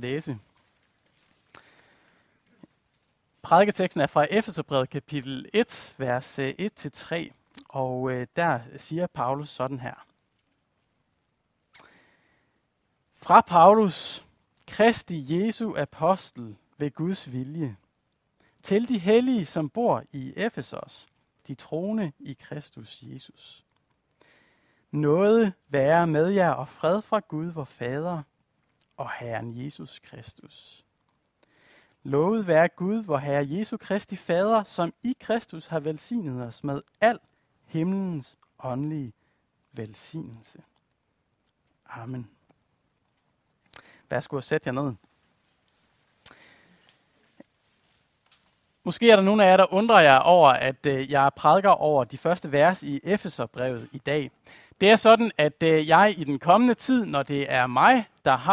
læse. Prædiketeksten er fra Efeserbrevet kapitel 1, vers 1-3, og der siger Paulus sådan her. Fra Paulus, Kristi Jesu apostel ved Guds vilje, til de hellige, som bor i Efesos, de troende i Kristus Jesus. Nåde være med jer og fred fra Gud, vor Fader og Herren Jesus Kristus. Lovet være Gud, vor Herre Jesu Kristi Fader, som i Kristus har velsignet os med al himlens åndelige velsignelse. Amen. Værsgo at sætte jer ned. Måske er der nogle af jer, der undrer jer over, at jeg prædiker over de første vers i Efeserbrevet i dag. Det er sådan, at jeg i den kommende tid, når det er mig,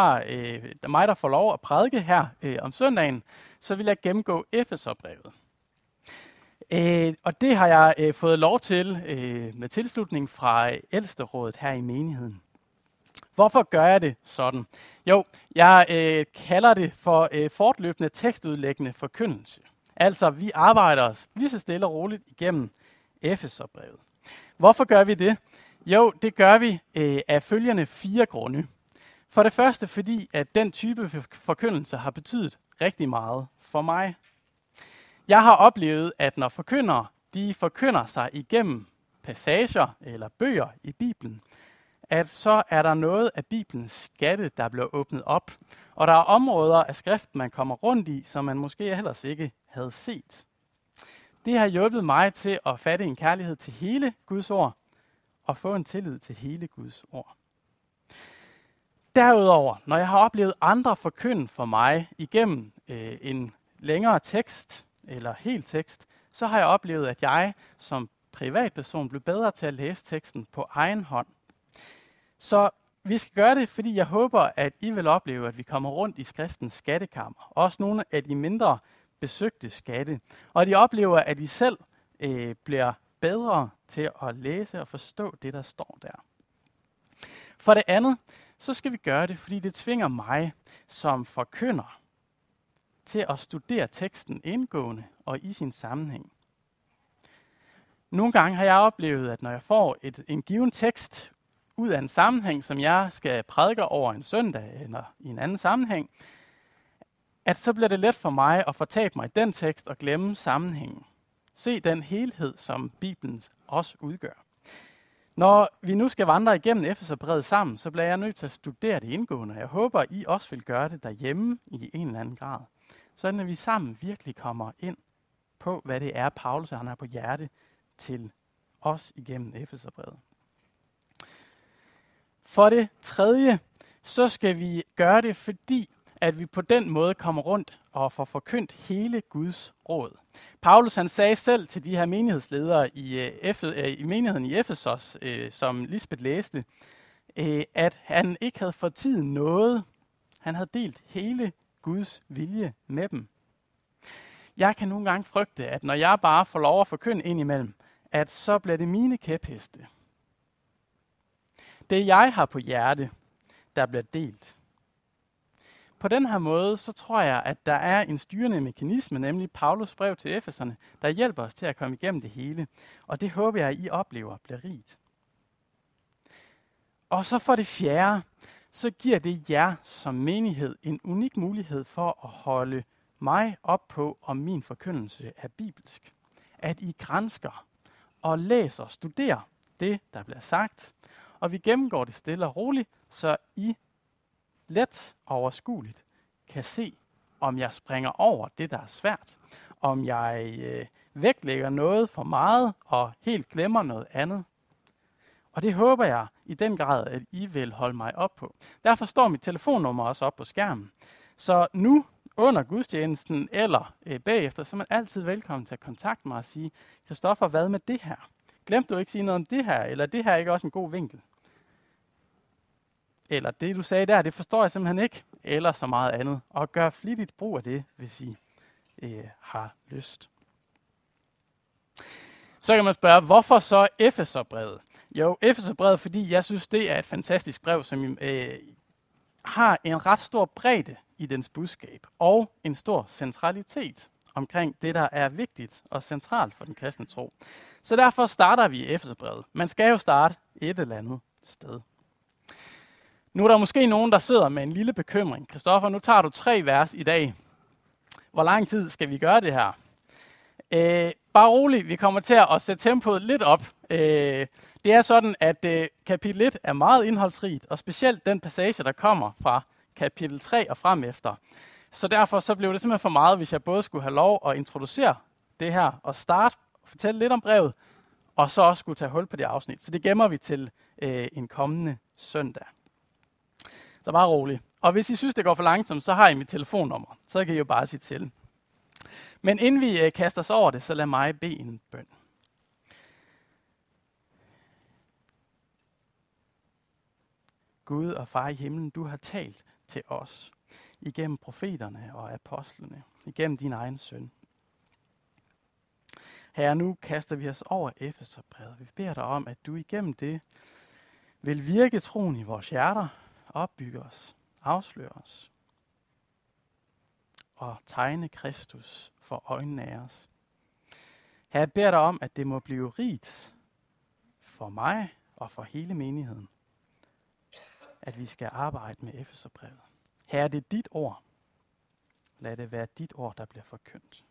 der får lov at prædike her om søndagen, så vil jeg gennemgå Efeserbrevet. Og det har jeg fået lov til med tilslutning fra ældsterådet her i menigheden. Hvorfor gør jeg det sådan? Jo, jeg kalder det for fortløbende tekstudlæggende forkyndelse. Altså, vi arbejder os lige så stille og roligt igennem Efeserbrevet. Hvorfor gør vi det? Jo, det gør vi af følgende 4 grunde. For det første, fordi at den type forkyndelse har betydet rigtig meget for mig. Jeg har oplevet, at når forkyndere, de forkynder sig igennem passager eller bøger i Bibelen, at så er der noget af Bibelens skatte, der bliver åbnet op. Og der er områder af skriften, man kommer rundt i, som man måske ellers ikke havde set. Det har hjulpet mig til at fatte en kærlighed til hele Guds ord, og få en tillid til hele Guds ord. Derudover, når jeg har oplevet andre forkynde for mig igennem en længere tekst, eller hel tekst, så har jeg oplevet, at jeg som privatperson blev bedre til at læse teksten på egen hånd. Så vi skal gøre det, fordi jeg håber, at I vil opleve, at vi kommer rundt i skriftens skattekammer. Også nogle af de mindre besøgte skatte. Og de oplever, at I selv bliver bedre til at læse og forstå det, der står der. For det andet, så skal vi gøre det, fordi det tvinger mig som forkynder til at studere teksten indgående og i sin sammenhæng. Nogle gange har jeg oplevet, at når jeg får en given tekst ud af en sammenhæng, som jeg skal prædike over en søndag eller i en anden sammenhæng, at så bliver det let for mig at fortabe mig i den tekst og glemme sammenhængen. Se den helhed, som Bibelen også udgør. Når vi nu skal vandre igennem Efeserbrevet sammen, så bliver jeg nødt til at studere det indgående. Jeg håber, I også vil gøre det derhjemme i en eller anden grad. Sådan at vi sammen virkelig kommer ind på, hvad det er, Paulus han har på hjerte til os igennem Efeserbrevet. For det tredje, så skal vi gøre det, fordi at vi på den måde kommer rundt og får forkyndt hele Guds råd. Paulus han sagde selv til de her menighedsledere i menigheden i Efesos, som Lisbeth læste, at han ikke havde for tiden noget. Han havde delt hele Guds vilje med dem. Jeg kan nogle gange frygte, at når jeg bare får lov at forkynde indimellem, at så bliver det mine kæpheste. Det jeg har på hjerte, der bliver delt. På den her måde, så tror jeg, at der er en styrende mekanisme, nemlig Paulus brev til Efeserne, der hjælper os til at komme igennem det hele. Og det håber jeg, at I oplever bliver rigt. Og så for det fjerde, så giver det jer som menighed en unik mulighed for at holde mig op på, om min forkyndelse er bibelsk. At I gransker og læser og studerer det, der bliver sagt. Og vi gennemgår det stille og roligt, så I let overskueligt kan se, om jeg springer over det, der er svært. Om jeg vægtlægger noget for meget og helt glemmer noget andet. Og det håber jeg i den grad, at I vil holde mig op på. Derfor står mit telefonnummer også op på skærmen. Så nu under gudstjenesten eller bagefter, så er man altid velkommen til at kontakte mig og sige, Christoffer, hvad med det her? Glemte du ikke sige noget om det her? Eller det her er ikke også en god vinkel? Eller det, du sagde der, det forstår jeg simpelthen ikke. Eller så meget andet. Og gør flittigt brug af det, hvis I har lyst. Så kan man spørge, hvorfor så Efeserbrevet? Jo, Efeserbrevet, fordi jeg synes, det er et fantastisk brev, som har en ret stor bredde i dens budskab og en stor centralitet omkring det, der er vigtigt og centralt for den kristne tro. Så derfor starter vi i Efeserbrevet. Man skal jo starte et eller andet sted. Nu er der måske nogen, der sidder med en lille bekymring. Christoffer, nu tager du 3 vers i dag. Hvor lang tid skal vi gøre det her? Bare rolig, vi kommer til at sætte tempoet lidt op. Det er sådan, at kapitel 1 er meget indholdsrigt, og specielt den passage, der kommer fra kapitel 3 og frem efter. Så derfor så blev det simpelthen for meget, hvis jeg både skulle have lov at introducere det her og starte og fortælle lidt om brevet, og så også skulle tage hul på det afsnit. Så det gemmer vi til en kommende søndag. Så bare rolig. Og hvis I synes, det går for langsomt, så har I mit telefonnummer. Så kan I jo bare sige til. Men inden vi kaster os over det, så lad mig bede en bøn. Gud og far i himlen, du har talt til os igennem profeterne og apostlene, igennem din egen søn. Herre, nu kaster vi os over Efeserbrevet. Vi beder dig om, at du igennem det vil virke troen i vores hjerter, opbygge os, afsløre os og tegne Kristus for øjnene af os. Herre, jeg beder dig om, at det må blive rigt for mig og for hele menigheden, at vi skal arbejde med Efeserbrevet. Herre, det er dit ord. Lad det være dit ord, der bliver forkyndt.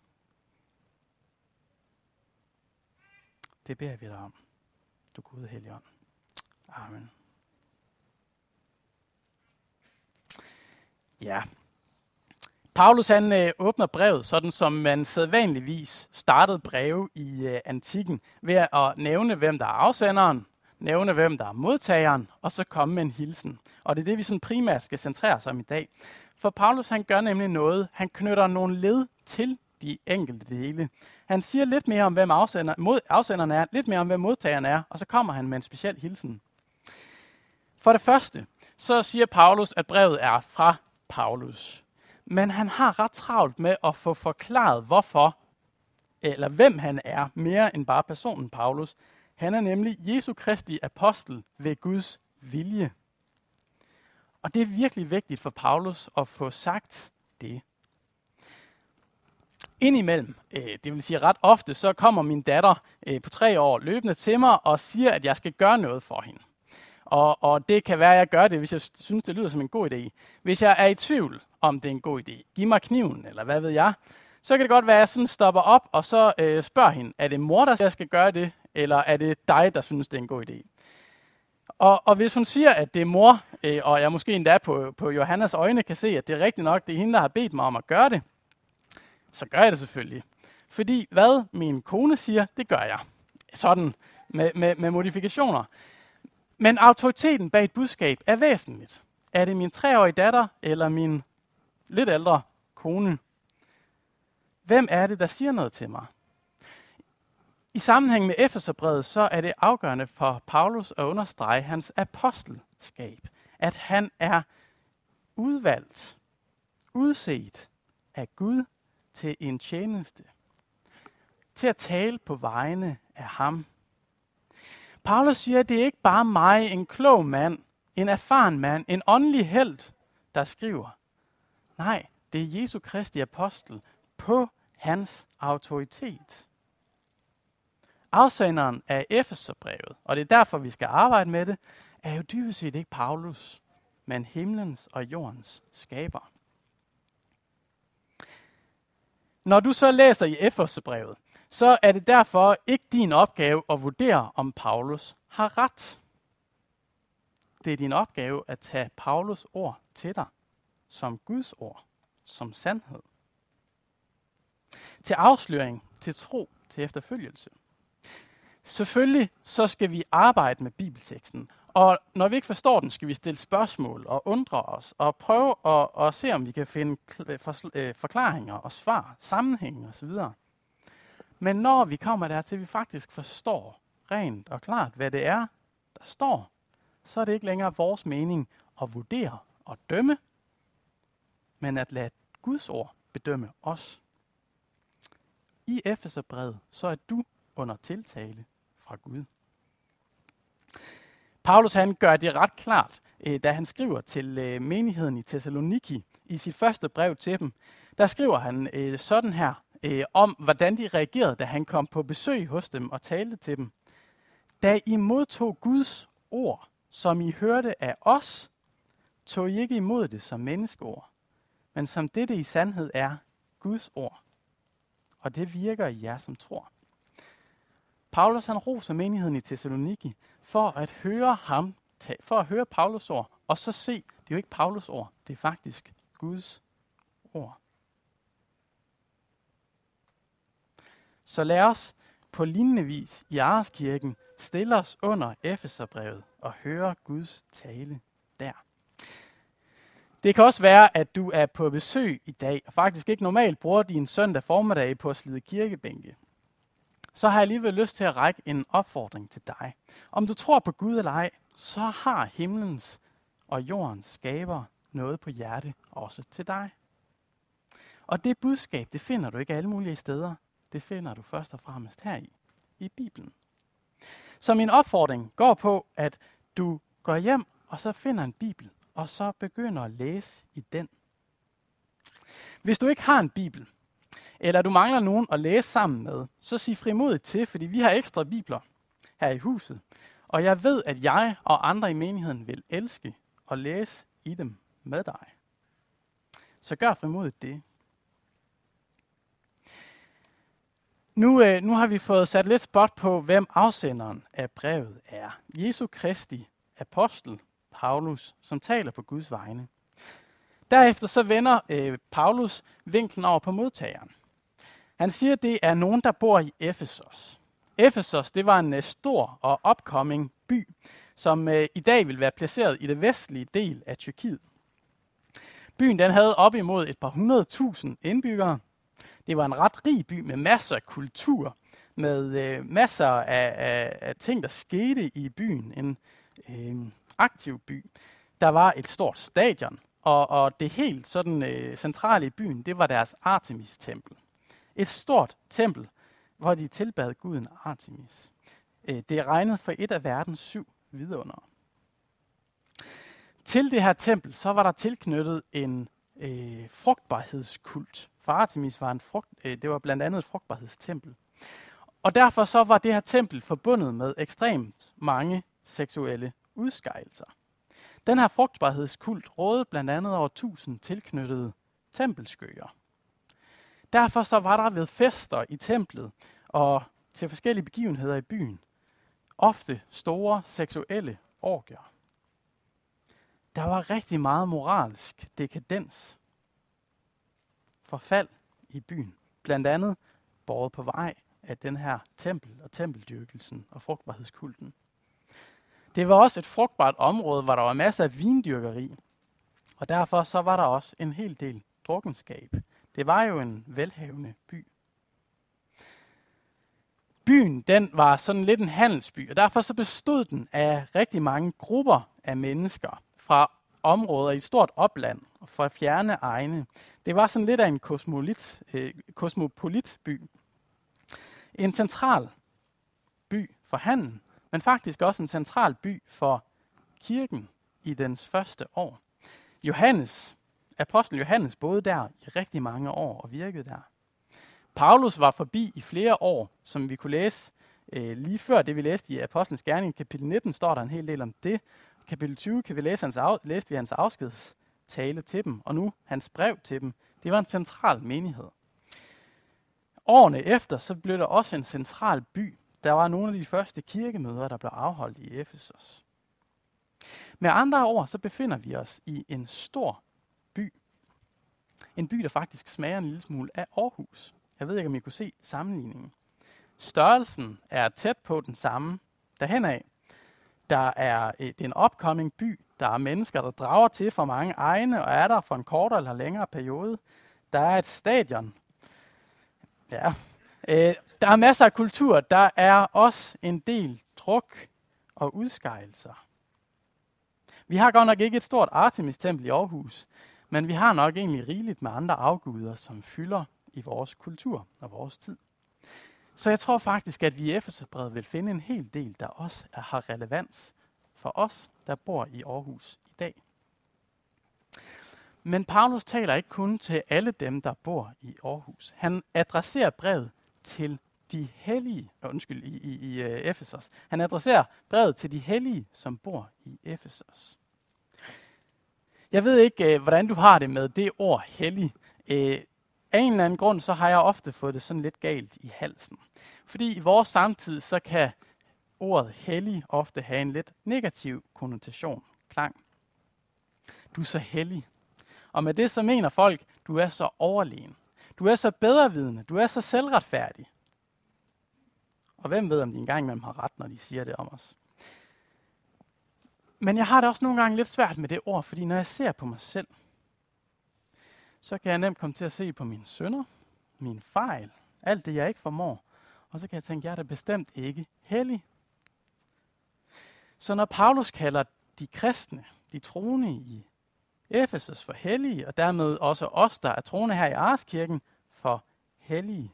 Det beder vi dig om, du Gud Helligånd. Amen. Ja. Paulus han åbner brevet, sådan som man sædvanligvis startede breve i antikken, ved at nævne, hvem der er afsenderen, nævne, hvem der er modtageren, og så komme med en hilsen. Og det er det, vi sådan primært skal centrere os om i dag. For Paulus han gør nemlig noget, han knytter nogle led til de enkelte dele. Han siger lidt mere om, hvem afsenderen er, lidt mere om, hvem modtageren er, og så kommer han med en speciel hilsen. For det første, så siger Paulus, at brevet er fra Paulus. Men han har ret travlt med at få forklaret, hvorfor, eller hvem han er, mere end bare personen Paulus. Han er nemlig Jesu Kristi apostel ved Guds vilje. Og det er virkelig vigtigt for Paulus at få sagt det. Indimellem, det vil sige ret ofte, så kommer min datter på 3 år løbende til mig og siger, at jeg skal gøre noget for hende. Og det kan være, at jeg gør det, hvis jeg synes, det lyder som en god idé. Hvis jeg er i tvivl om, det er en god idé, giv mig kniven, eller hvad ved jeg, så kan det godt være, at jeg sådan stopper op og så spørger hende, er det mor, der skal gøre det, eller er det dig, der synes, det er en god idé? Og hvis hun siger, at det er mor, og jeg måske endda på Johannas øjne kan se, at det er rigtigt nok, det er hende, der har bedt mig om at gøre det, så gør jeg det selvfølgelig. Fordi hvad min kone siger, det gør jeg. Sådan med modifikationer. Men autoriteten bag et budskab er væsentligt. Er det min 3-årige datter, eller min lidt ældre kone? Hvem er det, der siger noget til mig? I sammenhæng med Efeserbrevet, så er det afgørende for Paulus at understrege hans apostelskab. At han er udvalgt, udset af Gud til en tjeneste. Til at tale på vegne af ham. Paulus siger, at det er ikke bare mig, en klog mand, en erfaren mand, en åndelig helt, der skriver. Nej, det er Jesu Kristi apostel på hans autoritet. Afsenderen af Efeserbrevet, og det er derfor, vi skal arbejde med det, er jo dybest set ikke Paulus, men himlens og jordens skaber. Når du så læser i Efeserbrevet, så er det derfor ikke din opgave at vurdere, om Paulus har ret. Det er din opgave at tage Paulus ord til dig, som Guds ord, som sandhed. Til afsløring, til tro, til efterfølgelse. Selvfølgelig så skal vi arbejde med bibelteksten, og når vi ikke forstår den, skal vi stille spørgsmål og undre os, og prøve at se, om vi kan finde forklaringer og svar, sammenhæng osv. Men når vi kommer dertil, at vi faktisk forstår rent og klart, hvad det er, der står, så er det ikke længere vores mening at vurdere og dømme, men at lade Guds ord bedømme os. I Efeserbrevet, så er du under tiltale fra Gud. Paulus han gør det ret klart, da han skriver til menigheden i Thessaloniki i sit første brev til dem, der skriver han sådan her, om hvordan de reagerede, da han kom på besøg hos dem og talte til dem. Da I modtog Guds ord, som I hørte af os, tog I ikke imod det som menneskeord, men som dette i sandhed er Guds ord. Og det virker i jer, som tror. Paulus han roser menigheden i Thessaloniki for at høre Paulus ord, og så se, det er jo ikke Paulus ord, det er faktisk Guds ord. Så lad os på lignende vis i Areskirken stille os under Efeserbrevet og høre Guds tale der. Det kan også være, at du er på besøg i dag, og faktisk ikke normalt bruger din søndag formiddag på at slide kirkebænke. Så har jeg alligevel lyst til at række en opfordring til dig. Om du tror på Gud eller ej, så har himlens og jordens skaber noget på hjerte også til dig. Og det budskab, det finder du ikke alle mulige steder. Det finder du først og fremmest her i Bibelen. Så min opfordring går på, at du går hjem og så finder en Bibel, og så begynder at læse i den. Hvis du ikke har en Bibel, eller du mangler nogen at læse sammen med, så sig frimodigt til, fordi vi har ekstra bibler her i huset. Og jeg ved, at jeg og andre i menigheden vil elske at læse i dem med dig. Så gør frimodigt det. Nu har vi fået sat lidt spot på, hvem afsenderen af brevet er. Jesu Kristi apostel, Paulus, som taler på Guds vegne. Derefter så vender Paulus vinklen over på modtageren. Han siger, at det er nogen, der bor i Efesos. Efesos, det var en stor og upcoming by, som i dag vil være placeret i det vestlige del af Tyrkiet. Byen den havde op imod et par 100.000 indbyggere. Det var en ret rig by med masser af kultur, med masser af ting, der skete i byen. En aktiv by. Der var et stort stadion, og det helt sådan centrale i byen, det var deres Artemis-tempel. Et stort tempel, hvor de tilbad guden Artemis. Det er regnet for et af verdens 7 vidundere. Til det her tempel, så var der tilknyttet en frugtbarhedskult. For Artemis var det var blandt andet et frugtbarhedstempel. Og derfor så var det her tempel forbundet med ekstremt mange seksuelle udskejelser. Den her frugtbarhedskult rådede blandt andet over 1000 tilknyttede tempelskøer. Derfor så var der ved fester i templet og til forskellige begivenheder i byen ofte store seksuelle orgier. Der var rigtig meget moralsk dekadens, forfald i byen, blandt andet båret på vej af den her tempel og tempeldyrkelsen og frugtbarhedskulten. Det var også et frugtbart område, hvor der var masser af vindyrkeri, og derfor så var der også en hel del drukkenskab. Det var jo en velhavende by. Byen, den var sådan lidt en handelsby, og derfor så bestod den af rigtig mange grupper af mennesker fra områder i et stort opland og fra fjerne egne. Det var sådan lidt af en kosmopolitby. En central by for handel, men faktisk også en central by for kirken i dens første år. Apostlen Johannes boede der i rigtig mange år og virkede der. Paulus var forbi i flere år, som vi kunne læse lige før det, vi læste i Apostlenes Gerning. Kapitel 19 står der en hel del om det. Kapitel 20 kan vi læste vi hans afskedstale til dem, og nu hans brev til dem. Det var en central menighed. Årene efter, så blev der også en central by. Der var nogle af de første kirkemøder, der blev afholdt i Efesos. Med andre ord, så befinder vi os i en stor by. En by, der faktisk smager en lille smule af Aarhus. Jeg ved ikke, om I kunne se sammenligningen. Størrelsen er tæt på den samme derhenad. Det er en upcoming by. Der er mennesker, der drager til for mange egne, og er der for en kortere eller længere periode. Der er et stadion. Ja. Der er masser af kultur. Der er også en del druk og udskejelser. Vi har godt nok ikke et stort Artemis-tempel i Aarhus, men vi har nok egentlig rigeligt med andre afguder, som fylder i vores kultur og vores tid. Så jeg tror faktisk, at vi i Efeserbrevet vil finde en hel del, der også har relevans for os, der bor i Aarhus i dag. Men Paulus taler ikke kun til alle dem, der bor i Aarhus. Han adresserer brevet til de hellige, i Efesos. Han adresserer brevet til de hellige, som bor i Efesos. Jeg ved ikke, hvordan du har det med det ord hellig. Af en eller anden grund, så har jeg ofte fået det sådan lidt galt i halsen. Fordi i vores samtid, så kan ordet hellig ofte have en lidt negativ konnotation, klang. Du er så hellig. Og med det så mener folk, du er så overlegen. Du er så bedrevidende. Du er så selvretfærdig. Og hvem ved, om de engang imellem har ret, når de siger det om os. Men jeg har det også nogle gange lidt svært med det ord, fordi når jeg ser på mig selv, så kan jeg nemt komme til at se på mine synder, mine fejl, alt det, jeg ikke formår. Og så kan jeg tænke, jeg er da bestemt ikke hellig. Så når Paulus kalder de kristne, de troende i Efesos for hellige, og dermed også os, der er troende her i Arskirken, for hellige,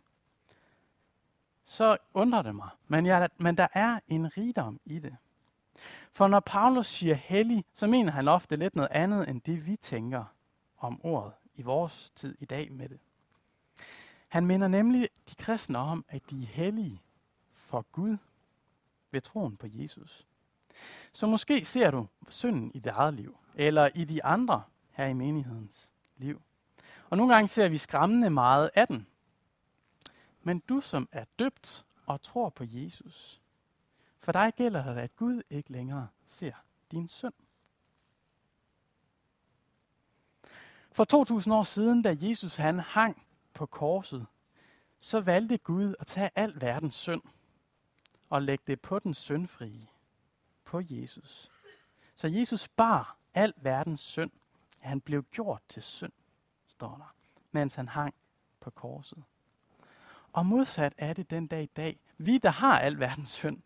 så undrer det mig. Men der er en rigdom i det. For når Paulus siger hellig, så mener han ofte lidt noget andet, end det vi tænker om ordet i vores tid i dag med det. Han minder nemlig de kristne om, at de er hellige for Gud ved troen på Jesus. Så måske ser du synden i dit eget liv, eller i de andre her i menighedens liv. Og nogle gange ser vi skræmmende meget af den. Men du, som er døbt og tror på Jesus, for dig gælder det, at Gud ikke længere ser din synd. For 2000 år siden, da Jesus han hang på korset, så valgte Gud at tage al verdens synd og lægge det på den syndfrie, på Jesus. Så Jesus bar al verdens synd. Han blev gjort til synd, står der, mens han hang på korset. Og modsat er det den dag i dag. Vi, der har al verdens synd,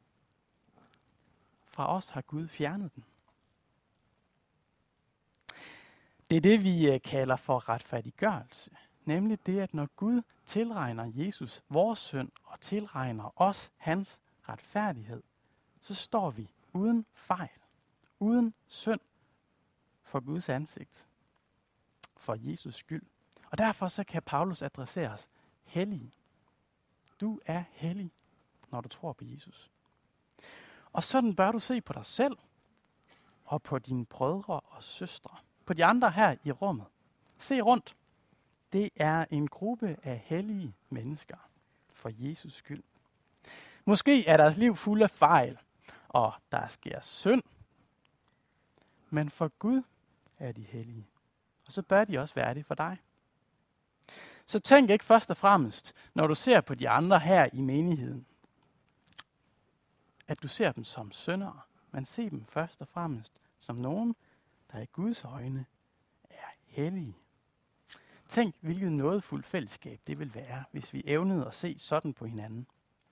fra os har Gud fjernet den. Det er det, vi kalder for retfærdiggørelse. Nemlig det, at når Gud tilregner Jesus vores synd og tilregner os hans retfærdighed, så står vi uden fejl, uden synd for Guds ansigt, for Jesus skyld. Og derfor så kan Paulus adressere os hellige. Du er hellig, når du tror på Jesus. Og sådan bør du se på dig selv og på dine brødre og søstre. På de andre her i rummet. Se rundt. Det er en gruppe af hellige mennesker for Jesus skyld. Måske er deres liv fuld af fejl, og der sker synd. Men for Gud er de hellige. Og så bør de også være det for dig. Så tænk ikke først og fremmest, når du ser på de andre her i menigheden, at du ser dem som syndere. Man ser dem først og fremmest som nogen, der i Guds øjne er hellige. Tænk, hvilket nådefuldt fællesskab det vil være, hvis vi evnede at se sådan på hinanden.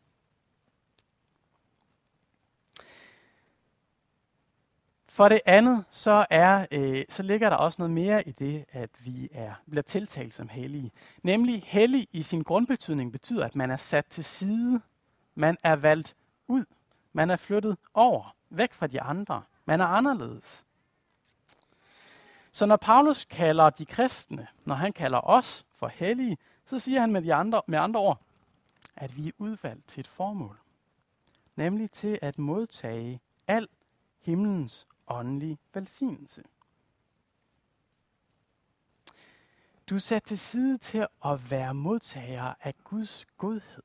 For det andet, så ligger der også noget mere i det, at vi bliver tiltalt som hellige. Nemlig hellig i sin grundbetydning betyder, at man er sat til side. Man er valgt ud. Man er flyttet over, væk fra de andre. Man er anderledes. Så når Paulus kalder de kristne, når han kalder os for hellige, så siger han med andre ord, at vi er udvalgt til et formål. Nemlig til at modtage al himlens åndelige velsignelse. Du er sat til side til at være modtager af Guds godhed.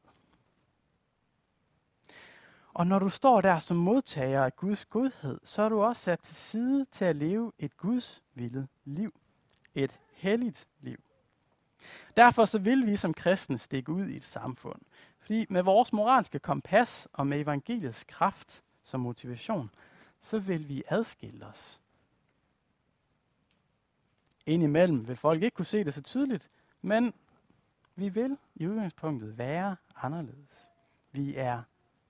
Og når du står der som modtager af Guds godhed, så er du også sat til side til at leve et Guds vilde liv. Et helligt liv. Derfor så vil vi som kristne stikke ud i et samfund. Fordi med vores moralske kompas og med evangeliets kraft som motivation, så vil vi adskille os. Indimellem vil folk ikke kunne se det så tydeligt, men vi vil i udgangspunktet være anderledes. Vi er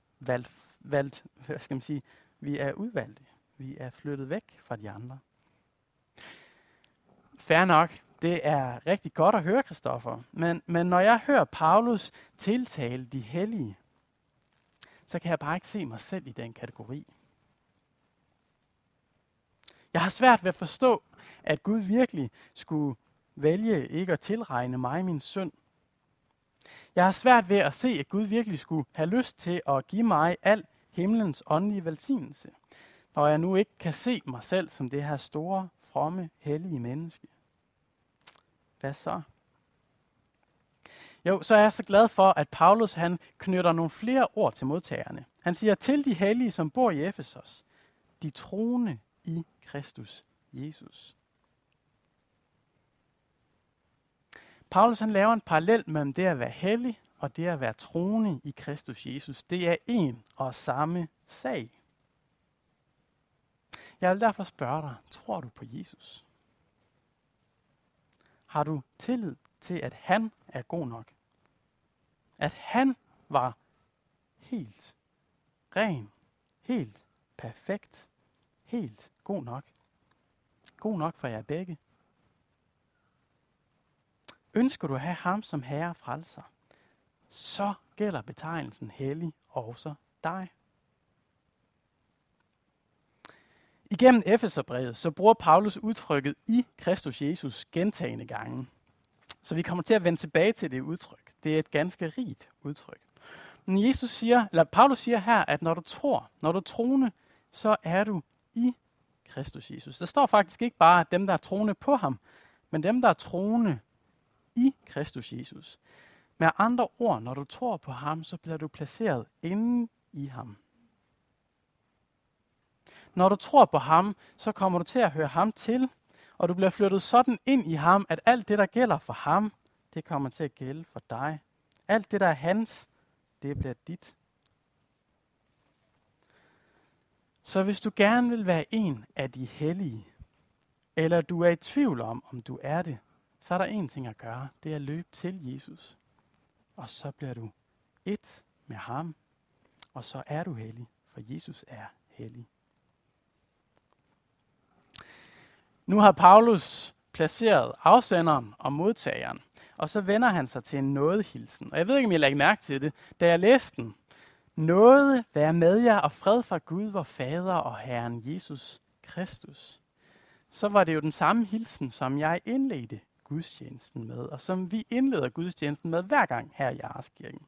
vi er udvalgte. Vi er flyttet væk fra de andre. Fair nok. Det er rigtig godt at høre, Christoffer. Men når jeg hører Paulus tiltale de hellige, så kan jeg bare ikke se mig selv i den kategori. Jeg har svært ved at forstå, at Gud virkelig skulle vælge ikke at tilregne mig min synd. Jeg har svært ved at se, at Gud virkelig skulle have lyst til at give mig al himlens åndelige velsignelse, når jeg nu ikke kan se mig selv som det her store, fromme, hellige menneske. Hvad så? Jo, så er jeg så glad for, at Paulus han knytter nogle flere ord til modtagerne. Han siger til de hellige, som bor i Efesos, de troende i Kristus Jesus. Paulus han laver en parallel mellem det at være hellig og det at være troende i Kristus Jesus. Det er en og samme sag. Jeg vil derfor spørge dig, tror du på Jesus? Har du tillid til, at han er god nok? At han var helt ren, helt perfekt, helt god nok? God nok for jer begge? Ønsker du at have ham som herre og frelser, så gælder betegnelsen hellig også dig. Igennem Efeserbrevet så bruger Paulus udtrykket i Kristus Jesus gentagne gange. Så vi kommer til at vende tilbage til det udtryk. Det er et ganske rigt udtryk. Men Paulus siger her, at når du er troende, så er du i Kristus Jesus. Der står faktisk ikke bare dem, der er troende på ham, men dem, der er troende i Kristus Jesus. Med andre ord, når du tror på ham, så bliver du placeret inde i ham. Når du tror på ham, så kommer du til at høre ham til, og du bliver flyttet sådan ind i ham, at alt det, der gælder for ham, det kommer til at gælde for dig. Alt det, der er hans, det bliver dit. Så hvis du gerne vil være en af de hellige, eller du er i tvivl om du er det, så er der en ting at gøre. Det er at løbe til Jesus. Og så bliver du et med ham, og så er du hellig, for Jesus er hellig. Nu har Paulus placeret afsenderen og modtageren, og så vender han sig til en nådehilsen. Og jeg ved ikke, om jeg lagde mærke til det, da jeg læste den. Nåde være med jer og fred fra Gud, vor Fader og Herren Jesus Kristus. Så var det jo den samme hilsen, som jeg indledte gudstjenesten med, og som vi indleder gudstjenesten med hver gang her i Arskirken.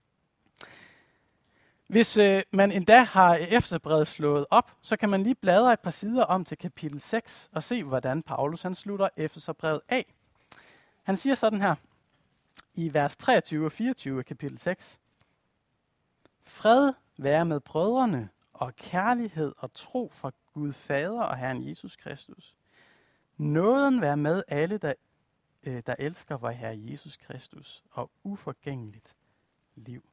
Hvis man endda har Efeserbrevet slået op, så kan man lige bladre et par sider om til kapitel 6 og se, hvordan Paulus han slutter Efeserbrevet af. Han siger sådan her i vers 23 og 24 af kapitel 6. Fred være med brødrene og kærlighed og tro fra Gud Fader og Herren Jesus Kristus. Nåden være med alle, der elsker vor Herre Jesus Kristus og uforgængeligt liv.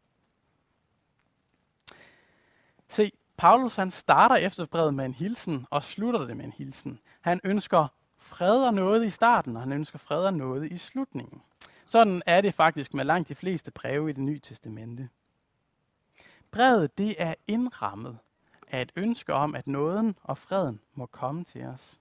Se, Paulus han starter Efeserbrevet med en hilsen og slutter det med en hilsen. Han ønsker fred og nåde i starten, og han ønsker fred og nåde i slutningen. Sådan er det faktisk med langt de fleste breve i Det Nye Testamente. Brevet det er indrammet af et ønske om, at nåden og freden må komme til os.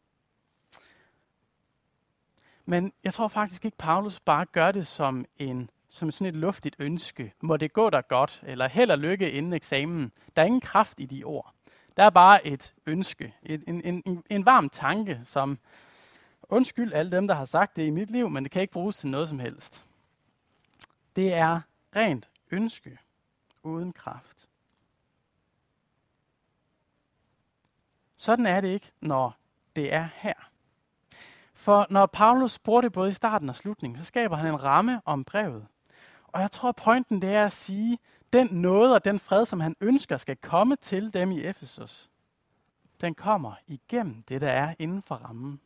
Men jeg tror faktisk ikke, Paulus bare gør det som sådan et luftigt ønske. Må det gå dig godt, eller held og lykke inden eksamen. Der er ingen kraft i de ord. Der er bare et ønske, en varm tanke, som undskyld alle dem, der har sagt det i mit liv, men det kan ikke bruges til noget som helst. Det er rent ønske, uden kraft. Sådan er det ikke, når det er her. For når Paulus bruger det både i starten og slutningen, så skaber han en ramme om brevet. Og jeg tror, pointen det er at sige, den nåde og den fred, som han ønsker skal komme til dem i Efesos, den kommer igennem det, der er inden for rammen.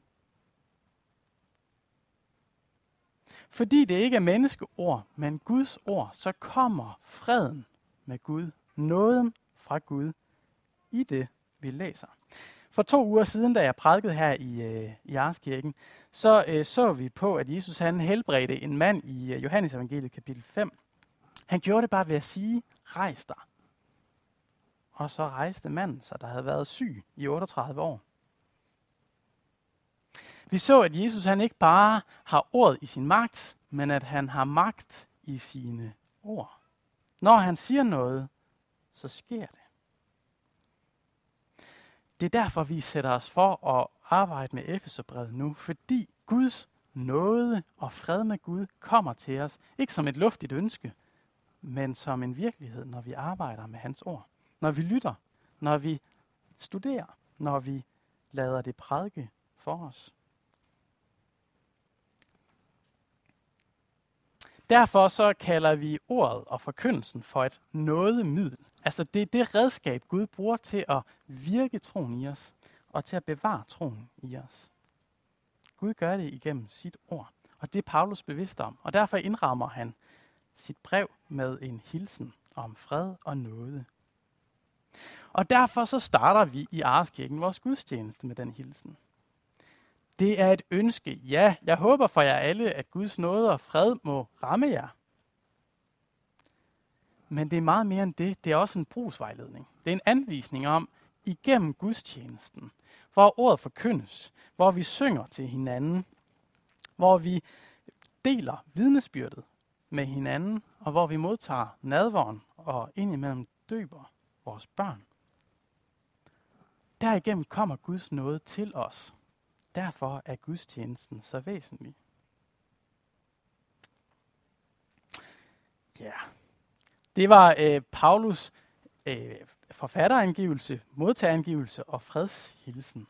Fordi det ikke er menneskeord, men Guds ord, så kommer freden med Gud, nåden fra Gud, i det, vi læser. For 2 uger siden, da jeg prædikede her i Arskirken, så vi på, at Jesus han helbredte en mand i Johannes evangeliet kapitel 5. Han gjorde det bare ved at sige, rejs dig. Og så rejste manden sig, der havde været syg i 38 år. Vi så, at Jesus han ikke bare har ordet i sin magt, men at han har magt i sine ord. Når han siger noget, så sker det. Det er derfor, vi sætter os for at arbejde med Efeserbrevet nu, fordi Guds nåde og fred med Gud kommer til os, ikke som et luftigt ønske, men som en virkelighed, når vi arbejder med hans ord. Når vi lytter, når vi studerer, når vi lader det prædike for os. Derfor så kalder vi ordet og forkyndelsen for et nådemiddel. Altså det er det redskab, Gud bruger til at virke troen i os, og til at bevare troen i os. Gud gør det igennem sit ord, og det er Paulus bevidst om, og derfor indrammer han sit brev med en hilsen om fred og nåde. Og derfor så starter vi i Areskirken vores gudstjeneste med den hilsen. Det er et ønske. Ja, jeg håber for jer alle, at Guds nåde og fred må ramme jer. Men det er meget mere end det. Det er også en brugsvejledning. Det er en anvisning om, igennem gudstjenesten, hvor ordet forkyndes, hvor vi synger til hinanden, hvor vi deler vidnesbyrdet med hinanden, og hvor vi modtager nadveren og indimellem døber vores børn. Derigennem kommer Guds nåde til os. Derfor er gudstjenesten så væsentlig. Ja, det var Paulus forfatterangivelse, modtagerangivelse og fredshilsen.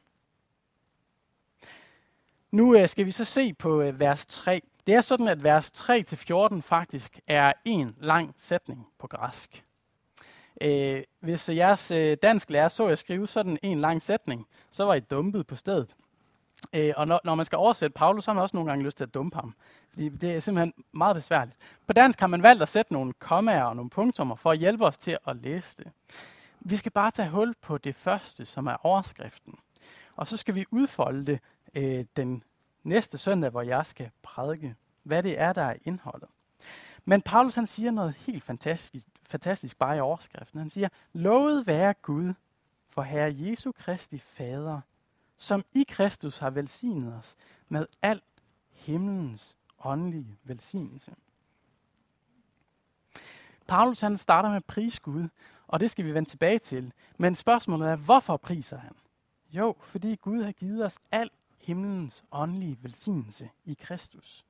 Nu skal vi så se på vers 3. Det er sådan, at vers 3-14 faktisk er en lang sætning på græsk. Hvis jeres dansklærer så jeg skrive sådan en lang sætning, så var I dumpet på stedet. Og når man skal oversætte Paulus, så har man også nogle gange lyst til at dumpe ham. Det er simpelthen meget besværligt. På dansk har man valgt at sætte nogle kommaer og nogle punktummer for at hjælpe os til at læse det. Vi skal bare tage hul på det første, som er overskriften. Og så skal vi udfolde det den næste søndag, hvor jeg skal prædike, hvad det er, der er indholdet. Men Paulus han siger noget helt fantastisk bare i overskriften. Han siger, lovet være Gud for Herre Jesu Kristi Fader, som i Kristus har velsignet os med al himlens åndelige velsignelse. Paulus han starter med at prise Gud, og det skal vi vende tilbage til. Men spørgsmålet er, hvorfor priser han? Jo, fordi Gud har givet os al himlens åndelige velsignelse i Kristus.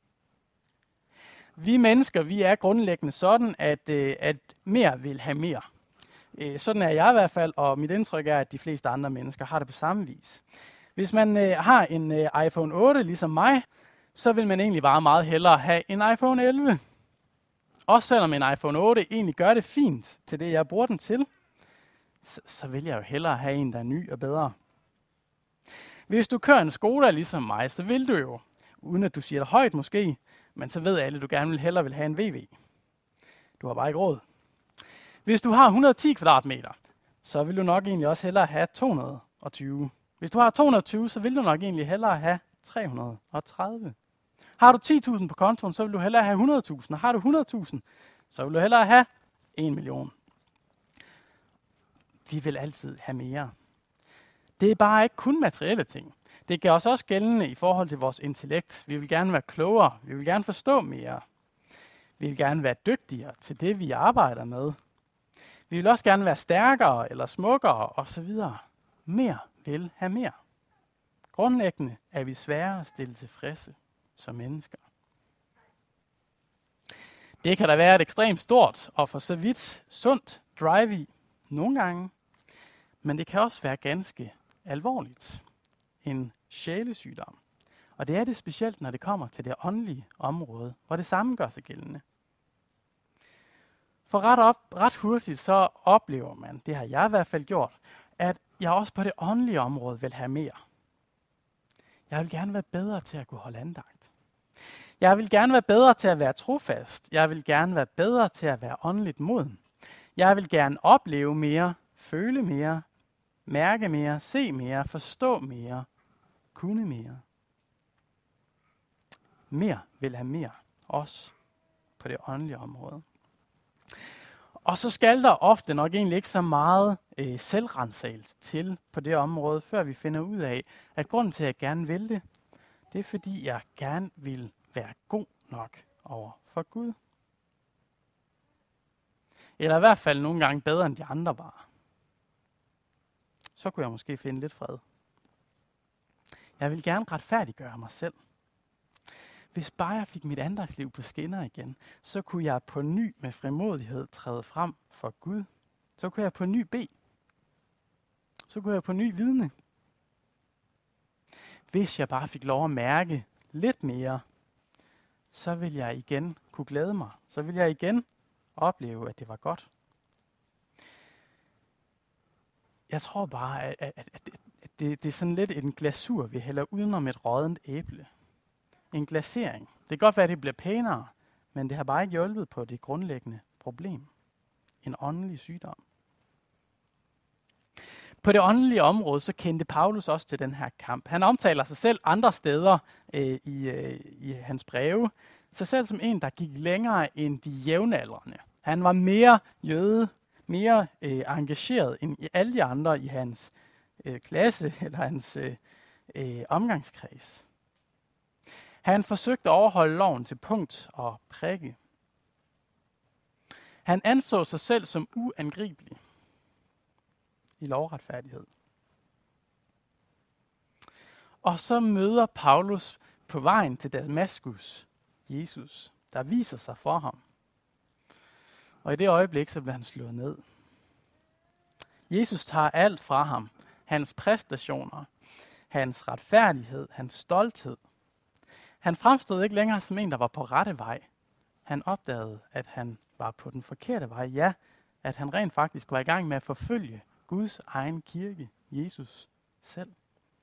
Vi mennesker, vi er grundlæggende sådan, at mere vil have mere. Sådan er jeg i hvert fald, og mit indtryk er, at de fleste andre mennesker har det på samme vis. Hvis man har en iPhone 8 ligesom mig, så vil man egentlig bare meget hellere have en iPhone 11. Også selvom en iPhone 8 egentlig gør det fint til det, jeg bruger den til, så vil jeg jo hellere have en, der er ny og bedre. Hvis du kører en Skoda ligesom mig, så vil du jo, uden at du siger det højt måske, men så ved alle, at du gerne hellere vil have en VW. Du har bare ikke råd. Hvis du har 110 kvadratmeter, så vil du nok egentlig også hellere have 220. Hvis du har 220, så vil du nok egentlig hellere have 330. Har du 10.000 på kontoen, så vil du hellere have 100.000. Har du 100.000, så vil du hellere have 1 million. Vi vil altid have mere. Det er bare ikke kun materielle ting. Det gør os også gældende i forhold til vores intellekt. Vi vil gerne være klogere. Vi vil gerne forstå mere. Vi vil gerne være dygtigere til det, vi arbejder med. Vi vil også gerne være stærkere eller smukkere osv. Mere vil have mere. Grundlæggende er vi svære at stille tilfredse som mennesker. Det kan da være et ekstremt stort og for så vidt sundt drive i nogle gange, men det kan også være ganske alvorligt. En sjælesygdom. Og det er det specielt, når det kommer til det åndelige område, hvor det samme gør sig gældende. For ret hurtigt så oplever man, det har jeg i hvert fald gjort, at jeg også på det åndelige område vil have mere. Jeg vil gerne være bedre til at kunne holde andagt. Jeg vil gerne være bedre til at være trofast. Jeg vil gerne være bedre til at være åndeligt moden. Jeg vil gerne opleve mere, føle mere, mærke mere, se mere, forstå mere, kunne mere. Mere vil have mere, også på det åndelige område. Og så skal der ofte nok egentlig ikke så meget selvrensagelse til på det område, før vi finder ud af, at grunden til, at jeg gerne vil det, det er fordi, jeg gerne vil være god nok over for Gud. Eller i hvert fald nogle gange bedre end de andre var. så kunne jeg måske finde lidt fred. Jeg vil gerne retfærdiggøre mig selv. Hvis bare jeg fik mit andagsliv på skinner igen, så kunne jeg på ny med frimodighed træde frem for Gud. Så kunne jeg på ny bede. Så kunne jeg på ny vidne. Hvis jeg bare fik lov at mærke lidt mere, så vil jeg igen kunne glæde mig. Så vil jeg igen opleve, at det var godt. Jeg tror bare, at det er sådan lidt en glasur, vi hælder udenom et råddent æble. En glasering. Det kan godt være, at det bliver pænere, men det har bare ikke hjulpet på det grundlæggende problem. En åndelig sygdom. På det åndelige område, så kendte Paulus også til den her kamp. Han omtaler sig selv andre steder i hans breve. Sig selv som en, der gik længere end de jævnaldrende. Han var mere jøde, mere engageret end alle de andre i hans klasse eller hans omgangskreds. Han forsøgte at overholde loven til punkt og prikke. Han anså sig selv som uangribelig i lovretfærdighed. Og så møder Paulus på vejen til Damaskus Jesus, der viser sig for ham. Og i det øjeblik, så bliver han slået ned. Jesus tager alt fra ham. Hans præstationer, hans retfærdighed, hans stolthed. Han fremstod ikke længere som en, der var på rette vej. Han opdagede, at han var på den forkerte vej. Ja, at han rent faktisk var i gang med at forfølge Guds egen kirke, Jesus selv.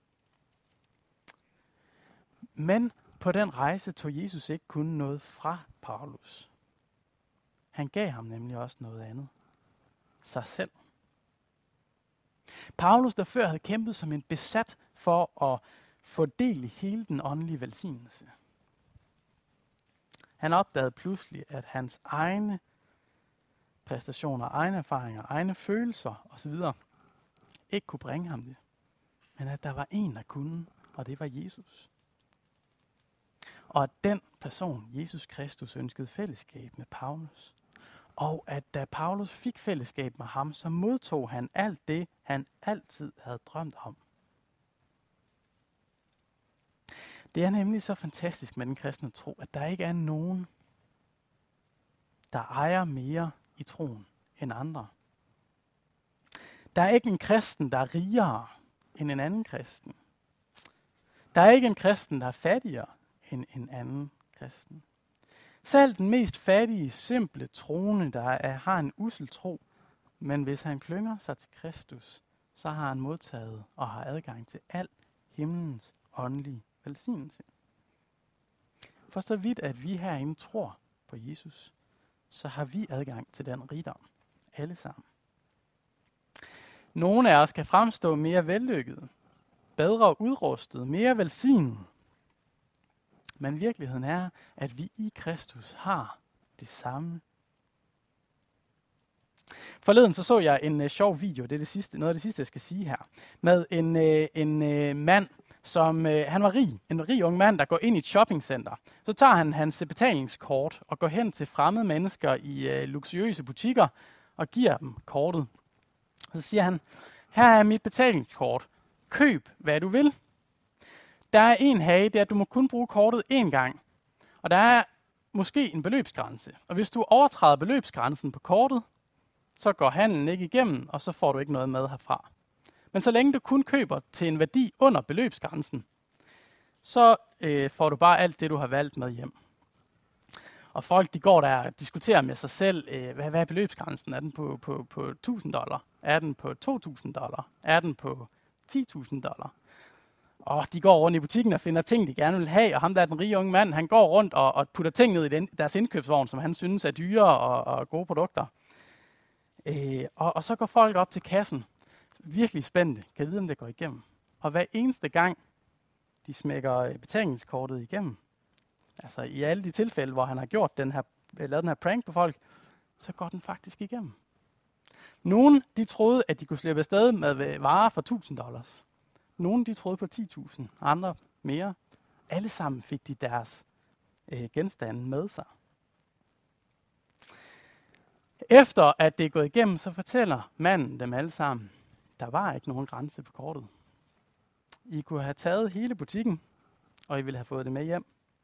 Men på den rejse tog Jesus ikke kun noget fra Paulus. Han gav ham nemlig også noget andet. Sig selv. Paulus, der før havde kæmpet som en besat for at få del i hele den åndelige velsignelse. Han opdagede pludselig, at hans egne præstationer, egne erfaringer, egne følelser osv. ikke kunne bringe ham det. Men at der var en, der kunne, og det var Jesus. Og at den person, Jesus Kristus, ønskede fællesskab med Paulus. Og at da Paulus fik fællesskab med ham, så modtog han alt det, han altid havde drømt om. Det er nemlig så fantastisk med den kristne tro, at der ikke er nogen, der ejer mere i troen end andre. Der er ikke en kristen, der er rigere end en anden kristen. Der er ikke en kristen, der er fattigere end en anden kristen. Selv den mest fattige, simple troende, der har en ussel tro, men hvis han klynger sig til Kristus, så har han modtaget og har adgang til al himlens åndelige velsignelse. For så vidt, at vi herinde tror på Jesus, så har vi adgang til den rigdom. Alle sammen. Nogle af os kan fremstå mere vellykkede, bedre udrustet, mere velsignet. Men virkeligheden er, at vi i Kristus har det samme. Forleden så jeg en sjov video, det er noget af det sidste, jeg skal sige her, med en mand, som han var rig, en rig ung mand, der går ind i et shoppingcenter. Så tager han hans betalingskort og går hen til fremmede mennesker i luksuriøse butikker og giver dem kortet. Og så siger han, her er mit betalingskort, køb hvad du vil. Der er en hage, det er, at du må kun bruge kortet én gang. Og der er måske en beløbsgrænse. Og hvis du overtræder beløbsgrænsen på kortet, så går handlen ikke igennem, og så får du ikke noget med herfra. Men så længe du kun køber til en værdi under beløbsgrænsen, så får du bare alt det, du har valgt med hjem. Og folk, de går der og diskuterer med sig selv, hvad er beløbsgrænsen? Er den på $1.000? Er den på $2.000? Er den på $10.000? Og de går rundt i butikken og finder ting, de gerne vil have, og ham der er den rige unge mand, han går rundt og putter ting ned i deres indkøbsvogn, som han synes er dyre og gode produkter. Og så går folk op til kassen, virkelig spændte, kan vide, om det går igennem. Og hver eneste gang, de smækker betalingskortet igennem, altså i alle de tilfælde, hvor han har lavet den her prank på folk, så går den faktisk igennem. Nogle, de troede, at de kunne slippe afsted med varer for $1.000. Nogle, de troede på 10.000, andre mere. Alle sammen fik de deres genstande med sig. Efter at det er gået igennem, så fortæller manden dem alle sammen, der var ikke nogen grænse på kortet. I kunne have taget hele butikken, og I ville have fået det med hjem.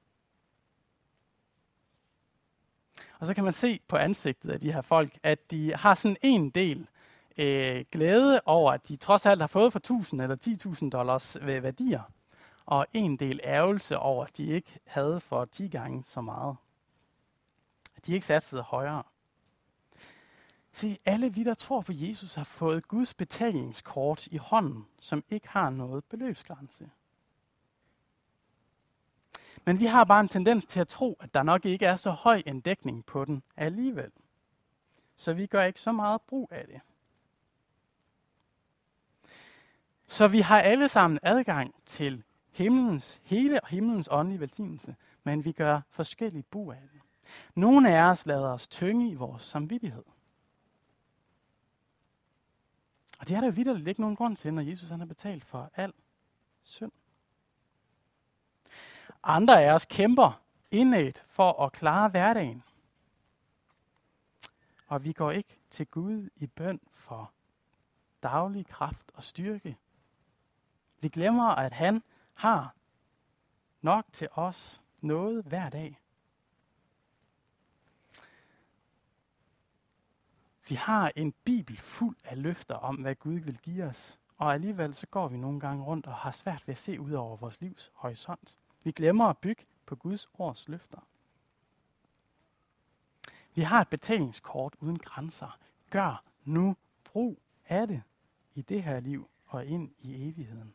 Og så kan man se på ansigtet af de her folk, at de har sådan en del glæde over, at de trods alt har fået for 1.000 eller $10.000 ved værdier, og en del ærgelse over, at de ikke havde for 10 gange så meget. At de ikke satsede højere. Se, alle vi, der tror på Jesus, har fået Guds betalingskort i hånden, som ikke har noget beløbsgrænse. Men vi har bare en tendens til at tro, at der nok ikke er så høj en dækning på den alligevel. Så vi gør ikke så meget brug af det. Så vi har alle sammen adgang til hele himlens åndelige velsignelse, men vi gør forskellige brug af det. Nogle af os lader os tynge i vores samvittighed. Og det er der vitterligt ikke nogen grund til, når Jesus han har betalt for al synd. Andre af os kæmper indædt for at klare hverdagen. Og vi går ikke til Gud i bøn for daglig kraft og styrke. Vi glemmer, at han har nok til os noget hver dag. Vi har en bibel fuld af løfter om, hvad Gud vil give os. Og alligevel så går vi nogle gange rundt og har svært ved at se ud over vores livs horisont. Vi glemmer at bygge på Guds ords løfter. Vi har et betalingskort uden grænser. Gør nu brug af det i det her liv og ind i evigheden.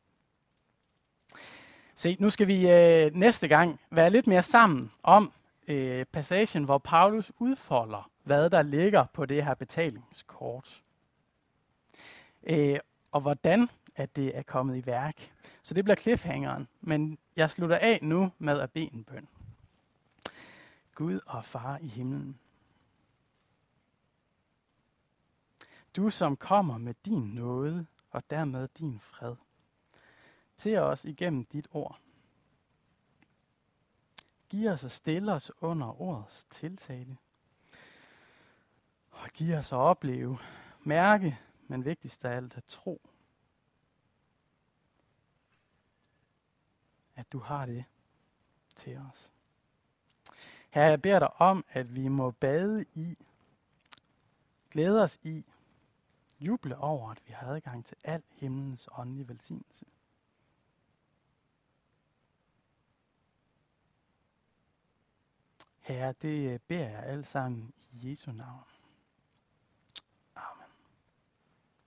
Se, nu skal vi næste gang være lidt mere sammen om passagen, hvor Paulus udfolder, hvad der ligger på det her betalingskort. Og hvordan at det er kommet i værk. Så det bliver cliffhangeren, men jeg slutter af nu med at bede en bøn. Gud og Far i himlen. Du som kommer med din nåde og dermed din fred til os igennem dit ord. Giv os og stille os under ordets tiltale. Og giv os at opleve, mærke, men vigtigst af alt at tro, at du har det til os. Herre, jeg beder dig om, at vi må bade i, glæde os i, juble over, at vi har adgang til al himlens åndelige velsignelse. Herre, det beder jeg alt sammen i Jesu navn.